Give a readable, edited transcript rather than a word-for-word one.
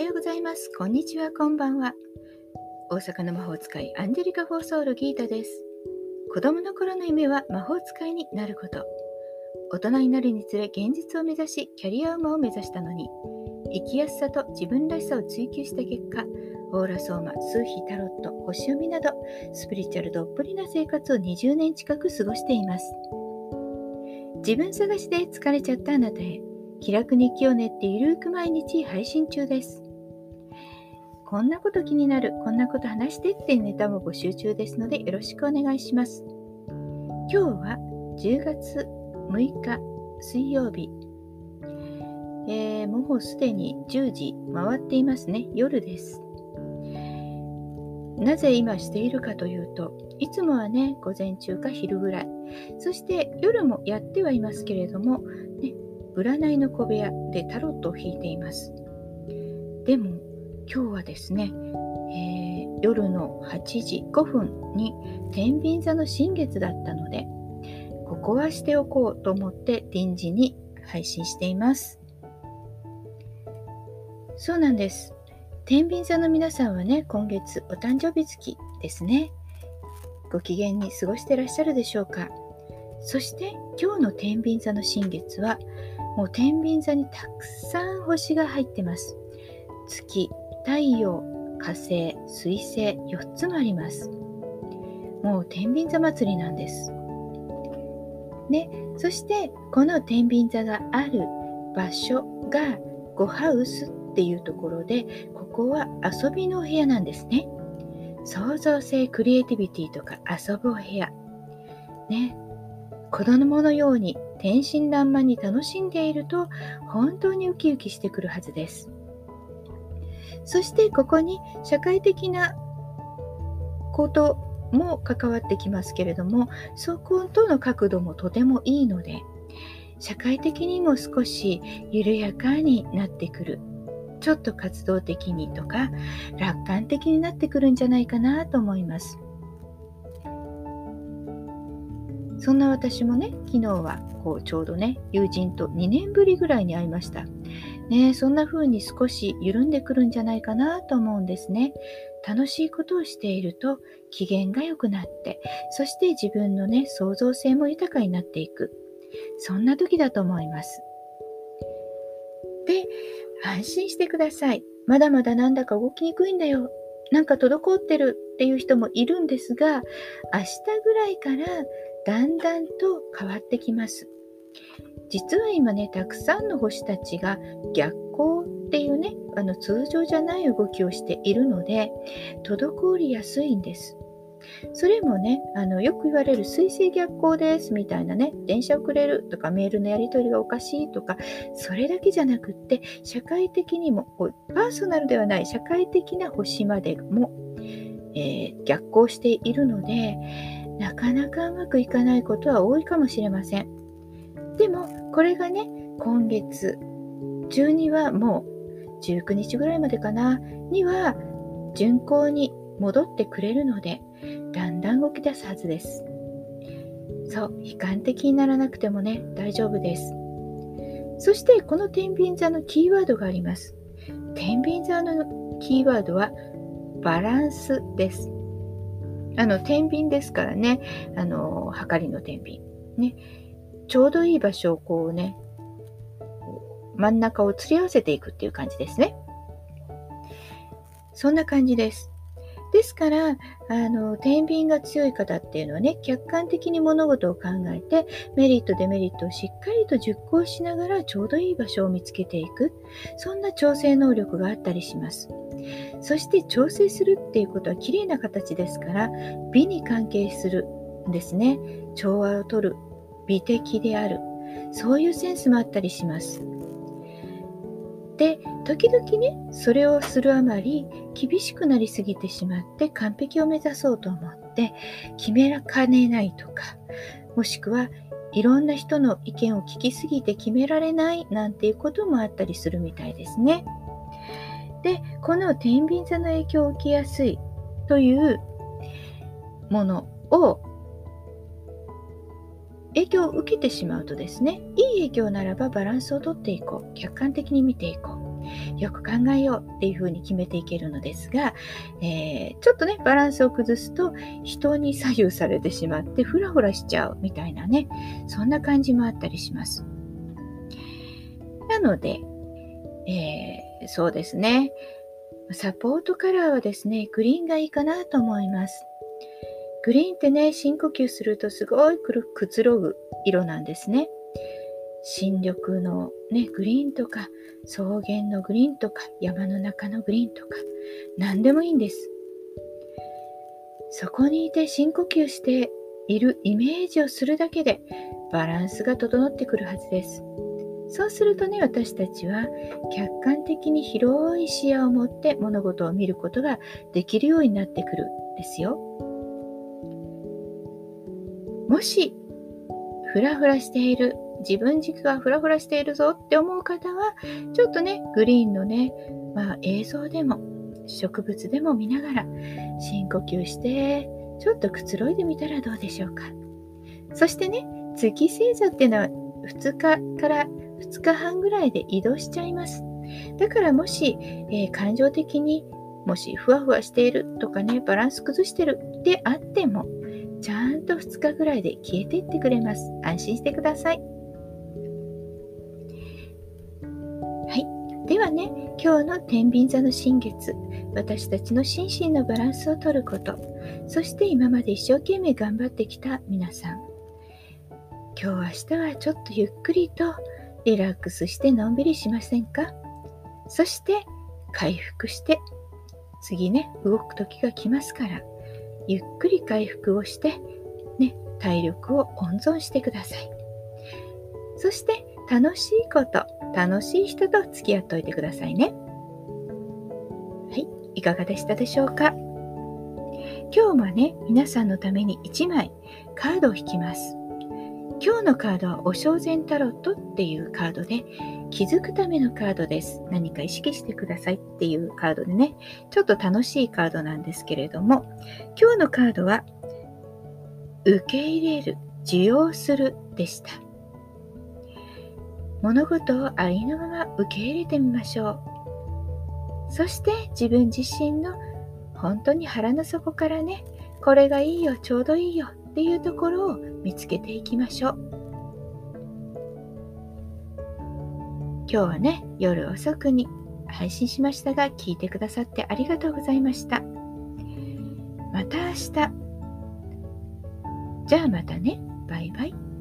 ようございます。こんにちは、こんばんは。大阪の魔法使いアンジェリカ・フォーソール・ギータです。子供の頃の夢は魔法使いになること。大人になるにつれ現実を目指し、キャリアウーマンを目指したのに、生きやすさと自分らしさを追求した結果、オーラソーマ、数秘タロット、星読みなど、スピリチュアルどっぷりな生活を20年近く過ごしています。自分探しで疲れちゃったあなたへ、気楽に気を練ってゆるく毎日配信中です。こんなこと気になる、こんなこと話してってネタも募集中ですのでよろしくお願いします。今日は10月6日水曜日、もうすでに10時回っていますね。夜です。なぜ今しているかというと、いつもはね、午前中か昼ぐらい、そして夜もやってはいますけれども、ね、占いの小部屋でタロットを引いています。でも今日はですね、夜の8時5分に天秤座の新月だったので、ここはしておこうと思って臨時に配信しています。そうなんです。天秤座の皆さんはね、今月お誕生日月ですね。ご機嫌に過ごしてらっしゃるでしょうか。そして今日の天秤座の新月は、もう天秤座にたくさん星が入ってます。月、太陽、火星、水星、4つもあります。もう天秤座祭りなんです。ね、そしてこの天秤座がある場所が5ハウスっていうところで、ここは遊びのお部屋なんですね。創造性、クリエイティビティとか遊ぶお部屋。ね、子供のように天真爛漫に楽しんでいると本当にウキウキしてくるはずです。そしてここに社会的なことも関わってきますけれども、そことの角度もとてもいいので、社会的にも少し緩やかになってくる、ちょっと活動的にとか楽観的になってくるんじゃないかなと思います。そんな私もね、昨日はちょうどね、友人と2年ぶりぐらいに会いました。ね、そんな風に少し緩んでくるんじゃないかなと思うんですね。楽しいことをしていると機嫌が良くなって、そして自分のね、創造性も豊かになっていく。そんな時だと思います。で、安心してください。まだまだなんだか動きにくいんだよ。なんか滞ってるっていう人もいるんですが、明日ぐらいからだんだんと変わってきます。実は今ね、たくさんの星たちが逆行っていうね、通常じゃない動きをしているので、滞りやすいんです。それもね、よく言われる水星逆行ですみたいなね、電車遅れるとかメールのやり取りがおかしいとか、それだけじゃなくって、社会的にもパーソナルではない社会的な星までも、逆行しているので、なかなかうまくいかないことは多いかもしれません。でもこれがね、今月中にはもう19日ぐらいまでかなには順行に戻ってくれるので、だんだん動き出すはずです。そう、悲観的にならなくてもね、大丈夫です。そしてこの天秤座のキーワードがあります。天秤座のキーワードはバランスです。天秤ですからね、測りの天秤ね、ちょうどいい場所をね、真ん中を釣り合わせていくっていう感じですね。そんな感じです。ですから、天秤が強い方っていうのはね、客観的に物事を考えて、メリット、デメリットをしっかりと熟考しながらちょうどいい場所を見つけていく、そんな調整能力があったりします。そして調整するっていうことは綺麗な形ですから、美に関係するんですね。調和をとる、美的である、そういうセンスもあったりします。で、時々ね、それをするあまり厳しくなりすぎてしまって完璧を目指そうと思って決めかねないとか、もしくはいろんな人の意見を聞きすぎて決められないなんていうこともあったりするみたいですね。で、この天秤座の影響を受けやすいというものを影響を受けてしまうとですね、いい影響ならばバランスをとっていこう。客観的に見ていこう。 よく考えようっていうふうに決めていけるのですが、ちょっとねバランスを崩すと人に左右されてしまってフラフラしちゃうみたいなね、そんな感じもあったりします。なので、そうですね、サポートカラーはですね、グリーンがいいかなと思います。グリーンってね、深呼吸するとすごいくつろぐ色なんですね。新緑のね、グリーンとか、草原のグリーンとか、山の中のグリーンとか、何でもいいんです。そこにいて深呼吸しているイメージをするだけでバランスが整ってくるはずです。そうするとね、私たちは客観的に広い視野を持って物事を見ることができるようになってくるんですよ。もしフラフラしている、自分軸がフラフラしているぞって思う方は、ちょっとねグリーンのね、映像でも植物でも見ながら深呼吸してちょっとくつろいでみたらどうでしょうか。そしてね、月星座っていうのは2日から2日半ぐらいで移動しちゃいます。だからもし、感情的にもしふわふわしているとかね、バランス崩してるであっても、ちゃんと2日ぐらいで消えていってくれます。安心してください。はい。ではね、今日の天秤座の新月、私たちの心身のバランスを取ること、そして今まで一生懸命頑張ってきた皆さん、今日明日はちょっとゆっくりとリラックスしてのんびりしませんか？そして回復して次ね、動く時が来ますから、ゆっくり回復をして、ね、体力を温存してください。そして楽しいこと、楽しい人と付き合っておいてくださいね。はい、いかがでしたでしょうか？今日はね、皆さんのために1枚カードを引きます。今日のカードはお正禅タロットっていうカードで、気づくためのカードです。何か意識してくださいっていうカードでね、ちょっと楽しいカードなんですけれども、今日のカードは受け入れる、受容するでした。物事をありのまま受け入れてみましょう。そして自分自身の本当に腹の底からね、これがいいよ、ちょうどいいよっていうところを見つけていきましょう。今日はね、夜遅くに配信しましたが、聞いてくださってありがとうございました。また明日。じゃあまたね。バイバイ。